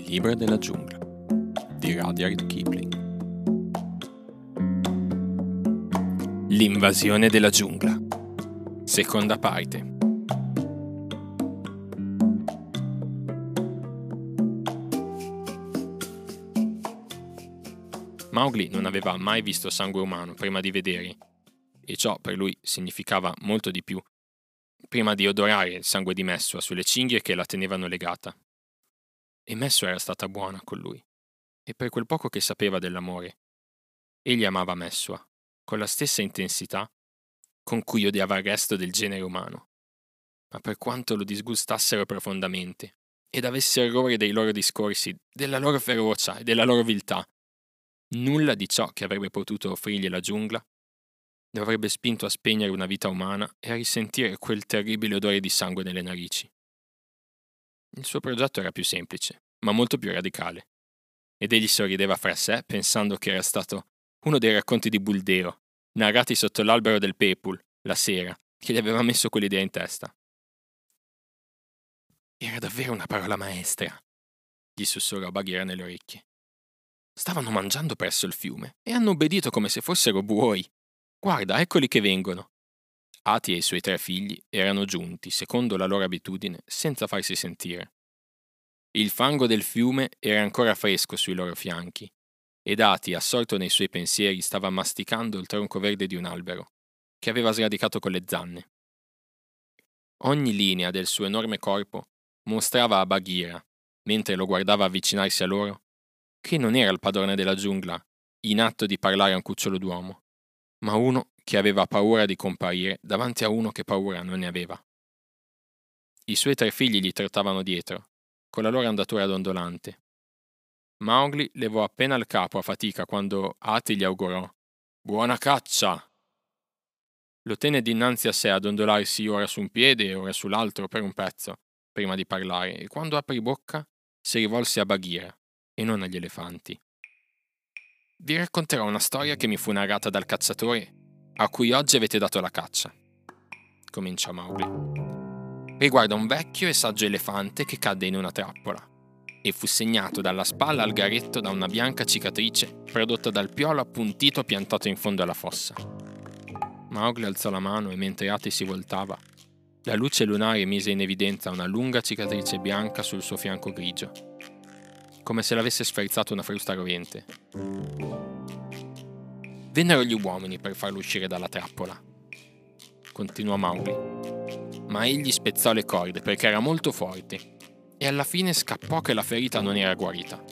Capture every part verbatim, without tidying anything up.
libro della giungla di Rudyard Kipling. L'invasione della giungla. Seconda parte. Mowgli non aveva mai visto sangue umano prima di vedere, e ciò per lui significava molto di più, prima di odorare il sangue di Messua sulle cinghie che la tenevano legata. E Messua era stata buona con lui, e per quel poco che sapeva dell'amore, egli amava Messua con la stessa intensità con cui odiava il resto del genere umano. Ma per quanto lo disgustassero profondamente ed avesse orrore dei loro discorsi, della loro ferocia e della loro viltà, nulla di ciò che avrebbe potuto offrirgli la giungla lo avrebbe spinto a spegnere una vita umana e a risentire quel terribile odore di sangue nelle narici. Il suo progetto era più semplice, ma molto più radicale, ed egli sorrideva fra sé pensando che era stato uno dei racconti di Buldeo, narrati sotto l'albero del Pepul, la sera, che gli aveva messo quell'idea in testa. Era davvero una parola maestra, gli sussurrò Bagheera nelle orecchie. Stavano mangiando presso il fiume e hanno obbedito come se fossero buoi. Guarda, eccoli che vengono. Ati e i suoi tre figli erano giunti, secondo la loro abitudine, senza farsi sentire. Il fango del fiume era ancora fresco sui loro fianchi, ed Ati, assorto nei suoi pensieri, stava masticando il tronco verde di un albero, che aveva sradicato con le zanne. Ogni linea del suo enorme corpo mostrava a Bagheera, mentre lo guardava avvicinarsi a loro, che non era il padrone della giungla, in atto di parlare a un cucciolo d'uomo, ma uno che aveva paura di comparire davanti a uno che paura non ne aveva. I suoi tre figli gli trottavano dietro, con la loro andatura dondolante. Mowgli levò appena il capo a fatica quando Ati gli augurò «Buona caccia!». Lo tenne dinanzi a sé a dondolarsi ora su un piede e ora sull'altro per un pezzo, prima di parlare, e quando aprì bocca si rivolse a Bagheera e non agli elefanti. «Vi racconterò una storia che mi fu narrata dal cacciatore a cui oggi avete dato la caccia», cominciò Mowgli. «Riguarda un vecchio e saggio elefante che cadde in una trappola e fu segnato dalla spalla al garetto da una bianca cicatrice prodotta dal piolo appuntito piantato in fondo alla fossa». Mowgli alzò la mano e mentre Ati si voltava, la luce lunare mise in evidenza una lunga cicatrice bianca sul suo fianco grigio, come se l'avesse sferzato una frusta rovente. «Vennero gli uomini per farlo uscire dalla trappola», continuò Mowgli, ma egli spezzò le corde perché era molto forte e alla fine scappò che la ferita non era guarita.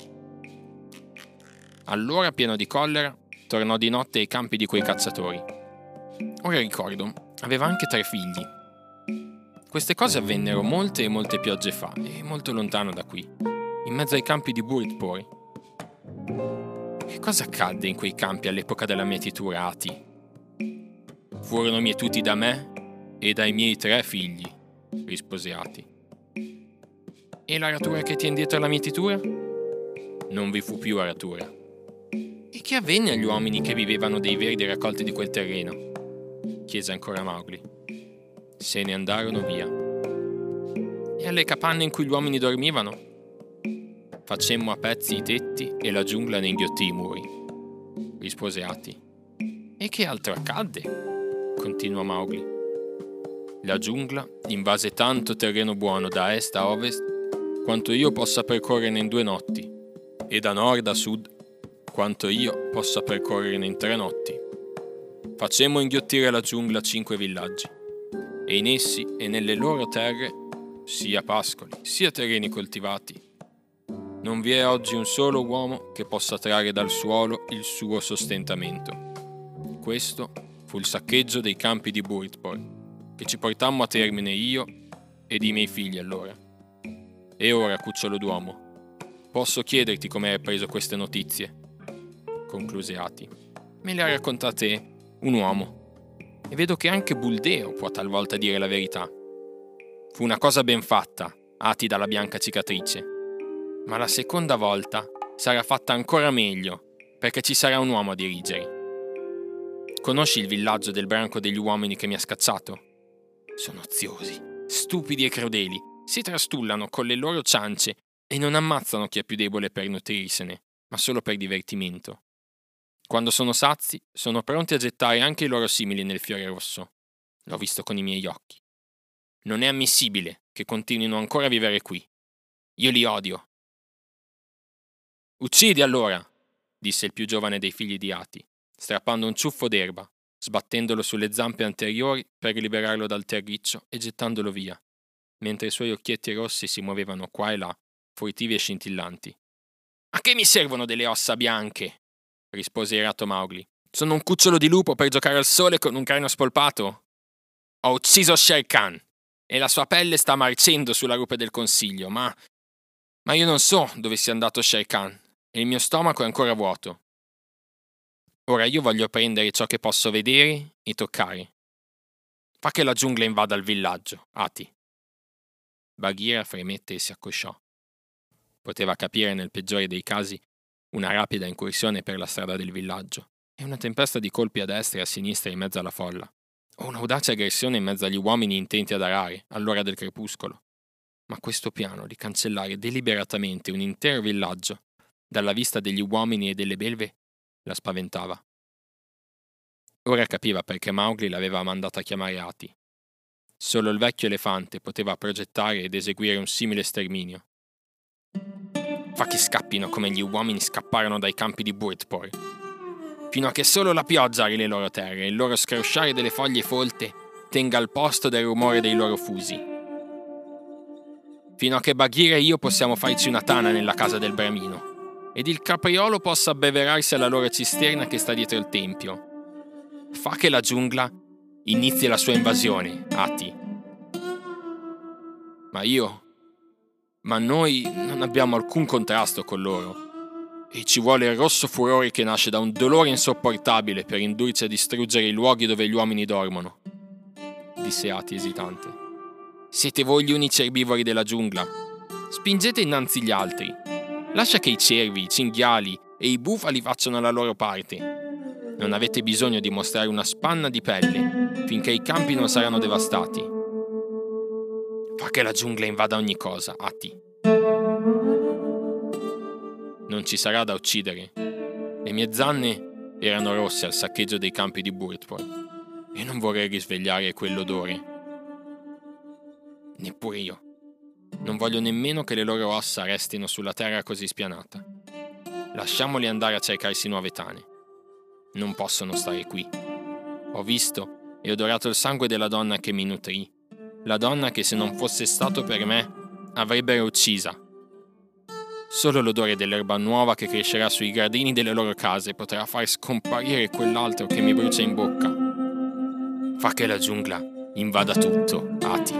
Allora, pieno di collera, tornò di notte ai campi di quei cacciatori. Ora ricordo, aveva anche tre figli. Queste cose avvennero molte e molte piogge fa, e molto lontano da qui, in mezzo ai campi di Buritpori. Che cosa accadde in quei campi all'epoca della mietitura, Ati? Furono mietuti da me e dai miei tre figli, rispose Ati. E l'aratura che tiene dietro alla mietitura? Non vi fu più aratura. E che avvenne agli uomini che vivevano dei verdi raccolti di quel terreno? Chiese ancora Mowgli. Se ne andarono via. E alle capanne in cui gli uomini dormivano? Facemmo a pezzi i tetti e la giungla ne inghiottì i muri, rispose Ati. E che altro accadde? Continuò Mowgli. La giungla invase tanto terreno buono da est a ovest quanto io possa percorrerne in due notti, e da nord a sud quanto io possa percorrerne in tre notti. Facemmo inghiottire la giungla cinque villaggi, e in essi e nelle loro terre, sia pascoli, sia terreni coltivati, non vi è oggi un solo uomo che possa trarre dal suolo il suo sostentamento. Questo fu il saccheggio dei campi di Buritpor, che ci portammo a termine io ed i miei figli allora. E ora, cucciolo d'uomo, posso chiederti come hai preso queste notizie? Concluse Ati. Me le ha raccontate un uomo, e vedo che anche Buldeo può talvolta dire la verità. Fu una cosa ben fatta, Ati dalla bianca cicatrice, ma la seconda volta sarà fatta ancora meglio, perché ci sarà un uomo a dirigere. Conosci il villaggio del branco degli uomini che mi ha scacciato? Sono oziosi, stupidi e crudeli, si trastullano con le loro ciance e non ammazzano chi è più debole per nutrirsene, ma solo per divertimento. Quando sono sazi, sono pronti a gettare anche i loro simili nel fiore rosso. L'ho visto con i miei occhi. Non è ammissibile che continuino ancora a vivere qui. Io li odio. Uccidi allora, disse il più giovane dei figli di Ati, strappando un ciuffo d'erba, sbattendolo sulle zampe anteriori per liberarlo dal terriccio e gettandolo via, mentre i suoi occhietti rossi si muovevano qua e là, furtivi e scintillanti. A che mi servono delle ossa bianche? Rispose irato Mowgli. Sono un cucciolo di lupo per giocare al sole con un cranio spolpato? Ho ucciso Shere Khan e la sua pelle sta marcendo sulla rupe del consiglio, ma... Ma io non so dove sia andato Shere Khan e il mio stomaco è ancora vuoto. Ora io voglio prendere ciò che posso vedere e toccare. Fa che la giungla invada il villaggio, Ati. Bagheera fremette e si accosciò. Poteva capire nel peggiore dei casi una rapida incursione per la strada del villaggio e una tempesta di colpi a destra e a sinistra in mezzo alla folla, o un'audace aggressione in mezzo agli uomini intenti ad arare all'ora del crepuscolo. Ma questo piano di cancellare deliberatamente un intero villaggio dalla vista degli uomini e delle belve la spaventava. Ora capiva perché Mowgli l'aveva mandata a chiamare Ati. Solo il vecchio elefante poteva progettare ed eseguire un simile sterminio. Fa che scappino come gli uomini scapparono dai campi di Burtpore, fino a che solo la pioggia ari le loro terre e il loro scrosciare delle foglie folte tenga al posto del rumore dei loro fusi. Fino a che Bagheera e io possiamo farci una tana nella casa del bramino ed il capriolo possa abbeverarsi alla loro cisterna che sta dietro il tempio. Fa che la giungla inizi la sua invasione, Ati. Ma io... Ma noi non abbiamo alcun contrasto con loro. E ci vuole il rosso furore che nasce da un dolore insopportabile per indurci a distruggere i luoghi dove gli uomini dormono, disse Ati esitante. Siete voi gli unici erbivori della giungla. Spingete innanzi gli altri. Lascia che i cervi, i cinghiali e i bufali facciano la loro parte. Non avete bisogno di mostrare una spanna di pelle finché i campi non saranno devastati. Fa che la giungla invada ogni cosa, Ati. Non ci sarà da uccidere. Le mie zanne erano rosse al saccheggio dei campi di Burtpore e non vorrei risvegliare quell'odore. Neppure io. Non voglio nemmeno che le loro ossa restino sulla terra così spianata. Lasciamoli andare a cercarsi nuove tane. Non possono stare qui. Ho visto e odorato il sangue della donna che mi nutrì. La donna che se non fosse stato per me avrebbero uccisa. Solo l'odore dell'erba nuova che crescerà sui gradini delle loro case potrà far scomparire quell'altro che mi brucia in bocca. Fa che la giungla invada tutto, Ati.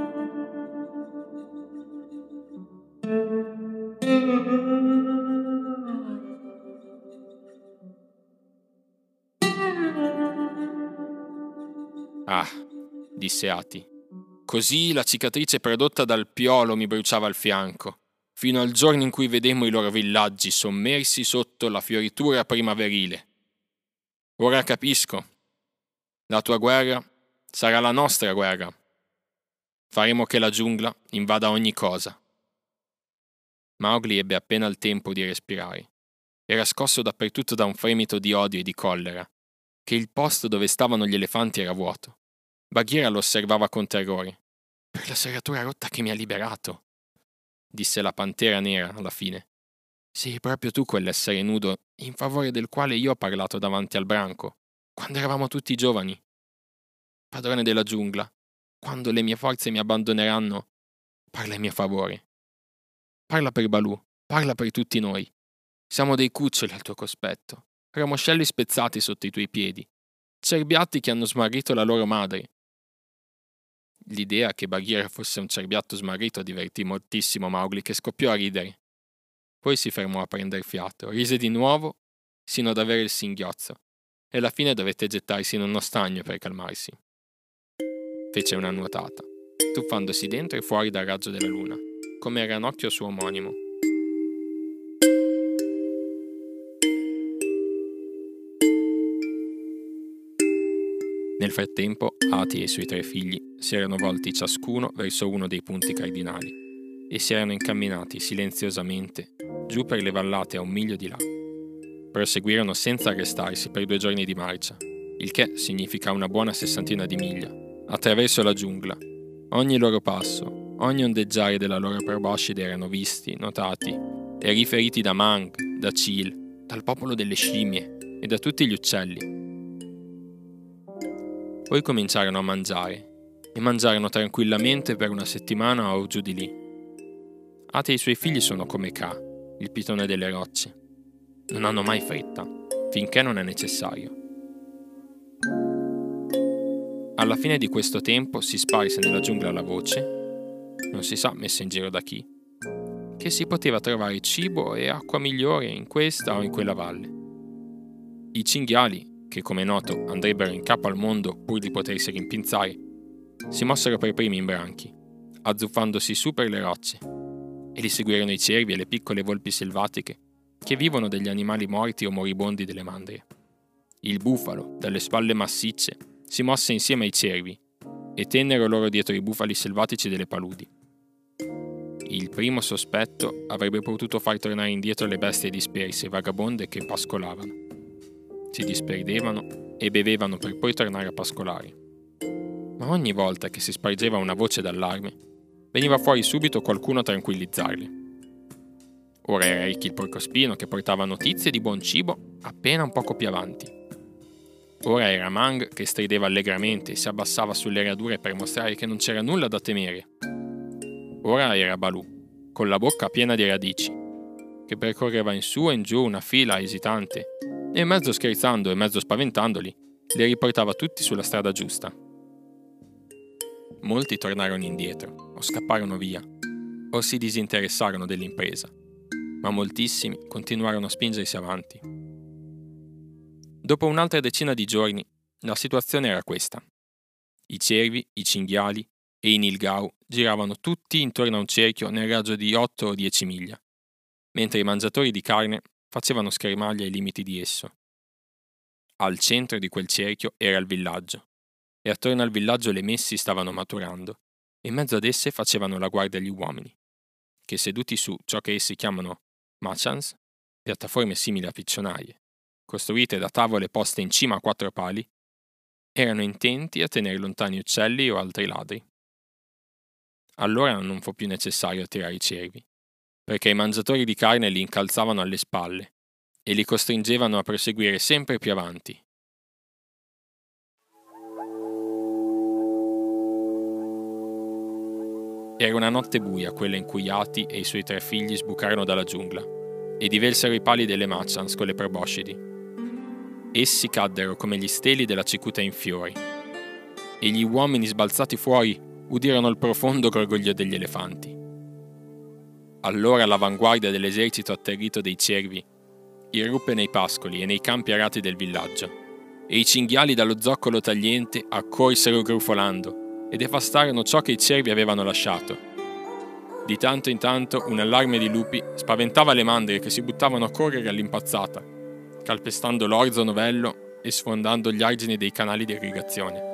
Ah, disse Ati. Così la cicatrice prodotta dal piolo mi bruciava il fianco, fino al giorno in cui vedemmo i loro villaggi sommersi sotto la fioritura primaverile. Ora capisco. La tua guerra sarà la nostra guerra. Faremo che la giungla invada ogni cosa. Mowgli ebbe appena il tempo di respirare. Era scosso dappertutto da un fremito di odio e di collera, che il posto dove stavano gli elefanti era vuoto. Bagheera lo osservava con terrore. Per la serratura rotta che mi ha liberato, disse la pantera nera alla fine. Sei proprio tu quell'essere nudo in favore del quale io ho parlato davanti al branco, quando eravamo tutti giovani. Padrone della giungla, quando le mie forze mi abbandoneranno, parla in mio favore. Parla per Balù, parla per tutti noi. Siamo dei cuccioli al tuo cospetto, ramoscelli spezzati sotto i tuoi piedi, cerbiatti che hanno smarrito la loro madre. L'idea che Bagheera fosse un cerbiatto smarrito divertì moltissimo Mowgli, che scoppiò a ridere. Poi si fermò a prendere fiato, rise di nuovo sino ad avere il singhiozzo e alla fine dovette gettarsi in uno stagno per calmarsi. Fece una nuotata, tuffandosi dentro e fuori dal raggio della luna, come il ranocchio suo omonimo. Nel frattempo, Ati e i suoi tre figli si erano volti ciascuno verso uno dei punti cardinali e si erano incamminati silenziosamente giù per le vallate a un miglio di là. Proseguirono senza arrestarsi per due giorni di marcia, il che significa una buona sessantina di miglia, attraverso la giungla. Ogni loro passo, ogni ondeggiare della loro proboscide erano visti, notati e riferiti da Mang, da Chil, dal popolo delle scimmie e da tutti gli uccelli. Poi cominciarono a mangiare, e mangiarono tranquillamente per una settimana o giù di lì. Ate e i suoi figli sono come Ka, il pitone delle rocce. Non hanno mai fretta, finché non è necessario. Alla fine di questo tempo si sparse nella giungla la voce, non si sa messa in giro da chi, che si poteva trovare cibo e acqua migliore in questa o in quella valle. I cinghiali, che come è noto andrebbero in capo al mondo pur di potersi rimpinzare, si mossero per primi in branchi, azzuffandosi su per le rocce, e li seguirono i cervi e le piccole volpi selvatiche che vivono degli animali morti o moribondi delle mandrie. Il bufalo, dalle spalle massicce, si mosse insieme ai cervi e tennero loro dietro i bufali selvatici delle paludi. Il primo sospetto avrebbe potuto far tornare indietro le bestie disperse e vagabonde che pascolavano. Si disperdevano e bevevano per poi tornare a pascolare. Ma ogni volta che si spargeva una voce d'allarme, veniva fuori subito qualcuno a tranquillizzarli. Ora era Ricky il porcospino che portava notizie di buon cibo appena un poco più avanti. Ora era Mang che strideva allegramente e si abbassava sulle radure per mostrare che non c'era nulla da temere. Ora era Baloo, con la bocca piena di radici, che percorreva in su e in giù una fila esitante e mezzo scherzando e mezzo spaventandoli, li riportava tutti sulla strada giusta. Molti tornarono indietro, o scapparono via, o si disinteressarono dell'impresa, ma moltissimi continuarono a spingersi avanti. Dopo un'altra decina di giorni, la situazione era questa. I cervi, i cinghiali e i nilgau giravano tutti intorno a un cerchio nel raggio di otto o dieci miglia, mentre i mangiatori di carne facevano schermaglia ai limiti di esso. Al centro di quel cerchio era il villaggio, e attorno al villaggio le messi stavano maturando, e in mezzo ad esse facevano la guardia gli uomini, che seduti su ciò che essi chiamano machans, piattaforme simili a piccionaie, costruite da tavole poste in cima a quattro pali, erano intenti a tenere lontani uccelli o altri ladri. Allora non fu più necessario attirare i cervi, perché i mangiatori di carne li incalzavano alle spalle e li costringevano a proseguire sempre più avanti. Era una notte buia quella in cui Ati e i suoi tre figli sbucarono dalla giungla e divelsero i pali delle machans con le proboscidi. Essi caddero come gli steli della cicuta in fiori, e gli uomini sbalzati fuori udirono il profondo gorgoglio degli elefanti. Allora l'avanguardia dell'esercito atterrito dei cervi irruppe nei pascoli e nei campi arati del villaggio, e i cinghiali dallo zoccolo tagliente accorsero grufolando e devastarono ciò che i cervi avevano lasciato. Di tanto in tanto un allarme di lupi spaventava le mandrie che si buttavano a correre all'impazzata, calpestando l'orzo novello e sfondando gli argini dei canali di irrigazione.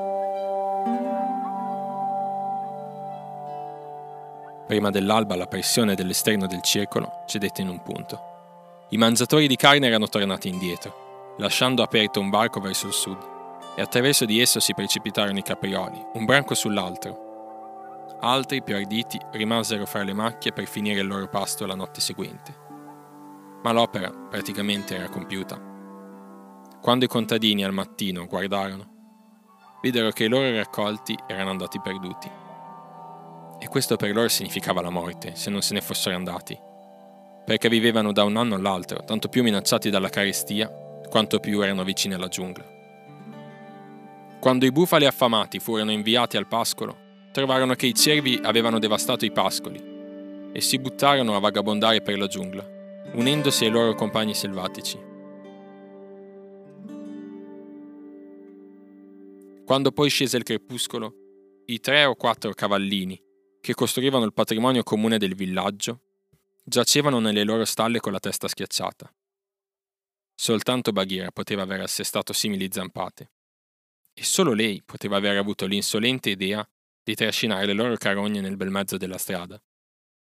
Prima dell'alba la pressione dell'esterno del circolo cedette in un punto. I mangiatori di carne erano tornati indietro, lasciando aperto un varco verso il sud, e attraverso di esso si precipitarono i caprioli, un branco sull'altro. Altri, più arditi, rimasero fra le macchie per finire il loro pasto la notte seguente. Ma l'opera praticamente era compiuta. Quando i contadini al mattino guardarono, videro che i loro raccolti erano andati perduti. E questo per loro significava la morte, se non se ne fossero andati, perché vivevano da un anno all'altro, tanto più minacciati dalla carestia, quanto più erano vicini alla giungla. Quando i bufali affamati furono inviati al pascolo, trovarono che i cervi avevano devastato i pascoli e si buttarono a vagabondare per la giungla, unendosi ai loro compagni selvatici. Quando poi scese il crepuscolo, i tre o quattro cavallini, che costruivano il patrimonio comune del villaggio, giacevano nelle loro stalle con la testa schiacciata. Soltanto Bagheera poteva aver assestato simili zampate, e solo lei poteva aver avuto l'insolente idea di trascinare le loro carogne nel bel mezzo della strada,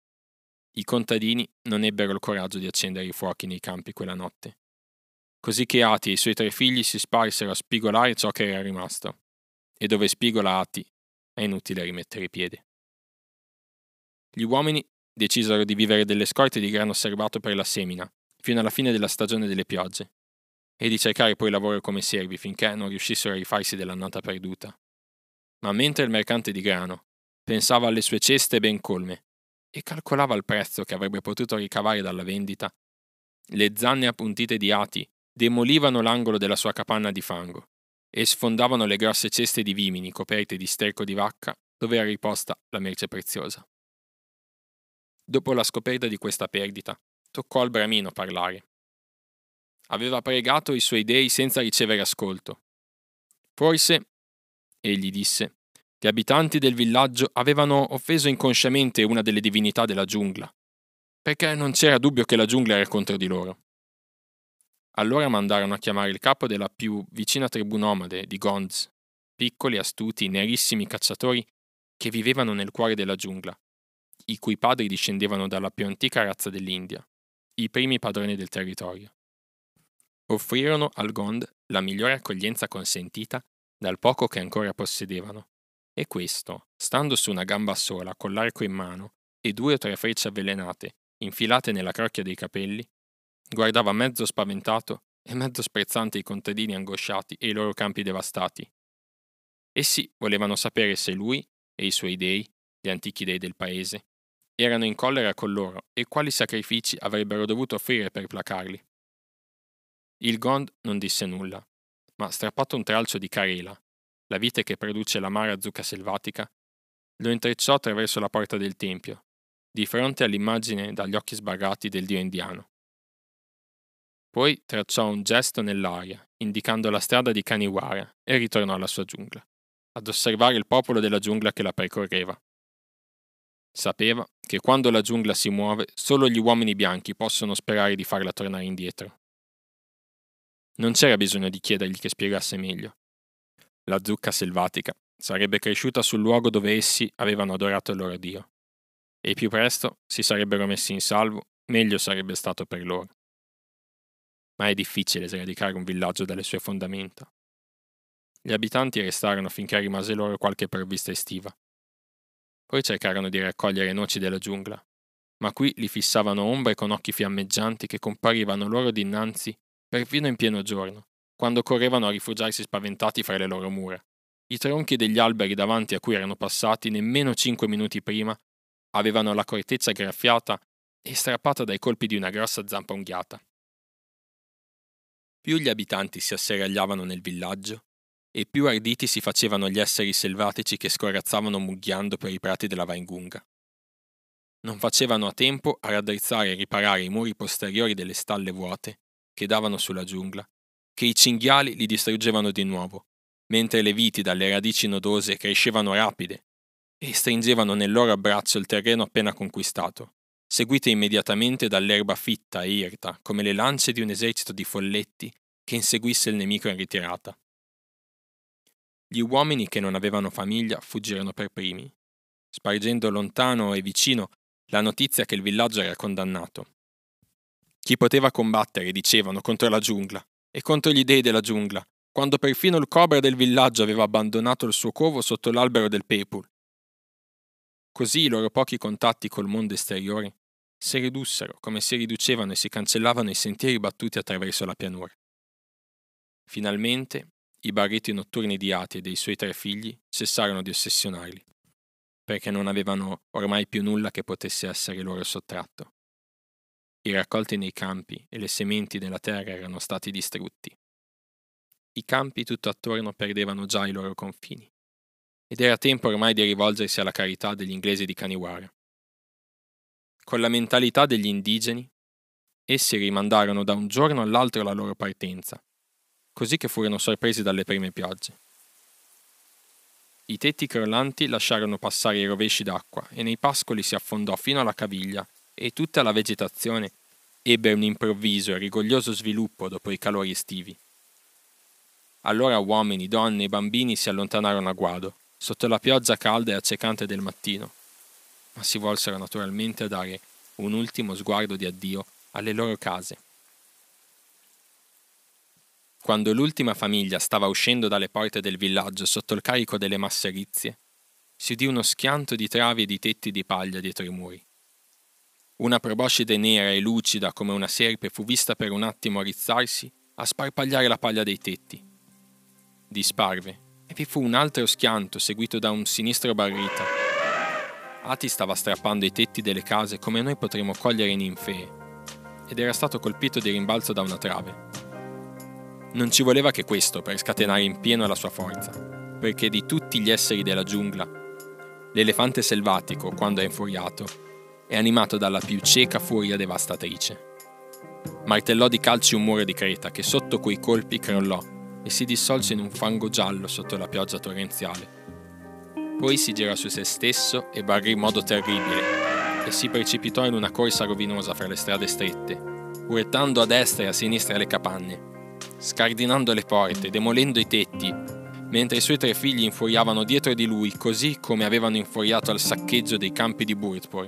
I contadini non ebbero il coraggio di accendere i fuochi nei campi quella notte, così che Ati e i suoi tre figli si sparsero a spigolare ciò che era rimasto, e dove spigola Ati è inutile rimettere piede. Gli uomini decisero di vivere delle scorte di grano serbato per la semina, fino alla fine della stagione delle piogge, e di cercare poi lavoro come servi finché non riuscissero a rifarsi dell'annata perduta. Ma mentre il mercante di grano pensava alle sue ceste ben colme e calcolava il prezzo che avrebbe potuto ricavare dalla vendita, le zanne appuntite di Ati demolivano l'angolo della sua capanna di fango e sfondavano le grosse ceste di vimini coperte di sterco di vacca dove era riposta la merce preziosa. Dopo la scoperta di questa perdita, toccò al bramino parlare. Aveva pregato i suoi dei senza ricevere ascolto. Forse, egli disse, gli abitanti del villaggio avevano offeso inconsciamente una delle divinità della giungla, perché non c'era dubbio che la giungla era contro di loro. Allora mandarono a chiamare il capo della più vicina tribù nomade di Gondz, piccoli, astuti, nerissimi cacciatori che vivevano nel cuore della giungla, i cui padri discendevano dalla più antica razza dell'India, i primi padroni del territorio. Offrirono al Gond la migliore accoglienza consentita dal poco che ancora possedevano, e questo, stando su una gamba sola, con l'arco in mano e due o tre frecce avvelenate infilate nella crocchia dei capelli, guardava mezzo spaventato e mezzo sprezzante i contadini angosciati e i loro campi devastati. Essi volevano sapere se lui e i suoi dei, gli antichi dei del paese, erano in collera con loro e quali sacrifici avrebbero dovuto offrire per placarli. Il Gond non disse nulla, ma strappato un tralcio di carela, la vite che produce l'amara zucca selvatica, lo intrecciò attraverso la porta del tempio, di fronte all'immagine dagli occhi sbarrati del dio indiano. Poi tracciò un gesto nell'aria, indicando la strada di Kaniwara, e ritornò alla sua giungla, ad osservare il popolo della giungla che la percorreva. Sapeva che quando la giungla si muove, solo gli uomini bianchi possono sperare di farla tornare indietro. Non c'era bisogno di chiedergli che spiegasse meglio. La zucca selvatica sarebbe cresciuta sul luogo dove essi avevano adorato il loro dio, e più presto si sarebbero messi in salvo, meglio sarebbe stato per loro. Ma è difficile sradicare un villaggio dalle sue fondamenta. Gli abitanti restarono finché rimase loro qualche provvista estiva. Poi cercarono di raccogliere noci della giungla, ma qui li fissavano ombre con occhi fiammeggianti che comparivano loro dinanzi perfino in pieno giorno, quando correvano a rifugiarsi spaventati fra le loro mura. I tronchi degli alberi davanti a cui erano passati nemmeno cinque minuti prima avevano la corteccia graffiata e strappata dai colpi di una grossa zampa unghiata. Più gli abitanti si asseragliavano nel villaggio, e più arditi si facevano gli esseri selvatici che scorazzavano mugghiando per i prati della Vaingunga. Non facevano a tempo a raddrizzare e riparare i muri posteriori delle stalle vuote che davano sulla giungla, che i cinghiali li distruggevano di nuovo, mentre le viti dalle radici nodose crescevano rapide e stringevano nel loro abbraccio il terreno appena conquistato, seguite immediatamente dall'erba fitta e irta come le lance di un esercito di folletti che inseguisse il nemico in ritirata. Gli uomini che non avevano famiglia fuggirono per primi, spargendo lontano e vicino la notizia che il villaggio era condannato. Chi poteva combattere, dicevano, contro la giungla e contro gli dei della giungla, quando perfino il cobra del villaggio aveva abbandonato il suo covo sotto l'albero del Pepul. Così i loro pochi contatti col mondo esteriore si ridussero come si riducevano e si cancellavano i sentieri battuti attraverso la pianura. Finalmente, i barriti notturni di Ati e dei suoi tre figli cessarono di ossessionarli, perché non avevano ormai più nulla che potesse essere loro sottratto. I raccolti nei campi e le sementi nella terra erano stati distrutti. I campi tutto attorno perdevano già i loro confini, ed era tempo ormai di rivolgersi alla carità degli inglesi di Kaniwara. Con la mentalità degli indigeni, essi rimandarono da un giorno all'altro la loro partenza, così che furono sorpresi dalle prime piogge. I tetti crollanti lasciarono passare i rovesci d'acqua e nei pascoli si affondò fino alla caviglia e tutta la vegetazione ebbe un improvviso e rigoglioso sviluppo dopo i calori estivi. Allora uomini, donne e bambini si allontanarono a guado, sotto la pioggia calda e accecante del mattino, ma si volsero naturalmente a dare un ultimo sguardo di addio alle loro case. Quando l'ultima famiglia stava uscendo dalle porte del villaggio sotto il carico delle masserizie, si udì uno schianto di travi e di tetti di paglia dietro i muri. Una proboscide nera e lucida come una sierpe fu vista per un attimo rizzarsi a sparpagliare la paglia dei tetti. Disparve e vi fu un altro schianto seguito da un sinistro barrito. Ati stava strappando i tetti delle case come noi potremmo cogliere ninfee ed era stato colpito di rimbalzo da una trave. Non ci voleva che questo per scatenare in pieno la sua forza, perché di tutti gli esseri della giungla, l'elefante selvatico, quando è infuriato, è animato dalla più cieca furia devastatrice. Martellò di calci un muro di creta che sotto quei colpi crollò e si dissolse in un fango giallo sotto la pioggia torrenziale. Poi si girò su se stesso e barrì in modo terribile e si precipitò in una corsa rovinosa fra le strade strette, urtando a destra e a sinistra le capanne, scardinando le porte, demolendo i tetti, mentre i suoi tre figli infuriavano dietro di lui così come avevano infuriato al saccheggio dei campi di Burtpur.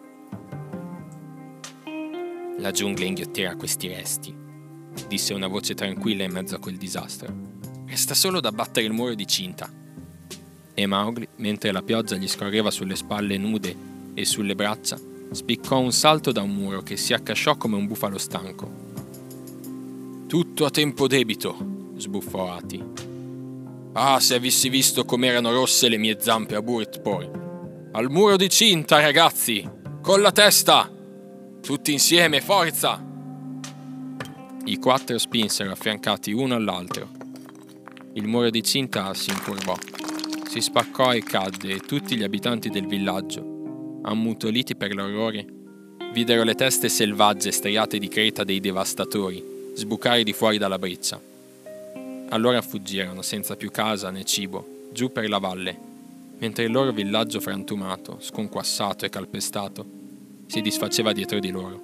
La giungla inghiottirà questi resti, disse una voce tranquilla in mezzo a quel disastro. Resta solo da battere il muro di cinta. E Mowgli, mentre la pioggia gli scorreva sulle spalle nude e sulle braccia, spiccò un salto da un muro che si accasciò come un bufalo stanco. Tutto a tempo debito, sbuffò Ati. Ah, se avessi visto com'erano rosse le mie zampe a Burtpur. Al muro di cinta, ragazzi! Con la testa! Tutti insieme, forza! I quattro spinsero affiancati uno all'altro. Il muro di cinta si incurvò, si spaccò e cadde e tutti gli abitanti del villaggio, ammutoliti per l'orrore, videro le teste selvagge striate di creta dei devastatori sbucare di fuori dalla breccia. Allora fuggirono senza più casa né cibo, giù per la valle, mentre il loro villaggio frantumato, sconquassato e calpestato si disfaceva dietro di loro.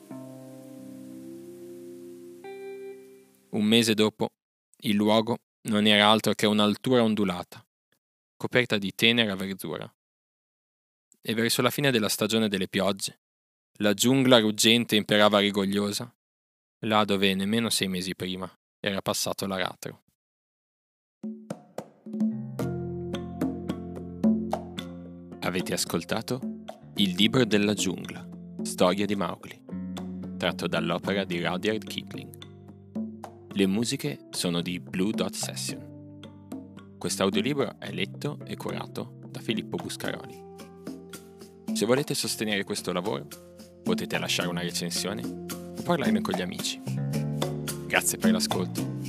Un mese dopo, il luogo non era altro che un'altura ondulata, coperta di tenera verdura. E verso la fine della stagione delle piogge, la giungla ruggente imperava rigogliosa, là dove nemmeno sei mesi prima era passato l'aratro. Avete ascoltato Il libro della giungla, storia di Mowgli, tratto dall'opera di Rudyard Kipling. Le musiche sono di Blue Dot Session. Quest'audiolibro è letto e curato da Filippo Buscaroli. Se volete sostenere questo lavoro, potete lasciare una recensione o parlarne con gli amici. Grazie per l'ascolto.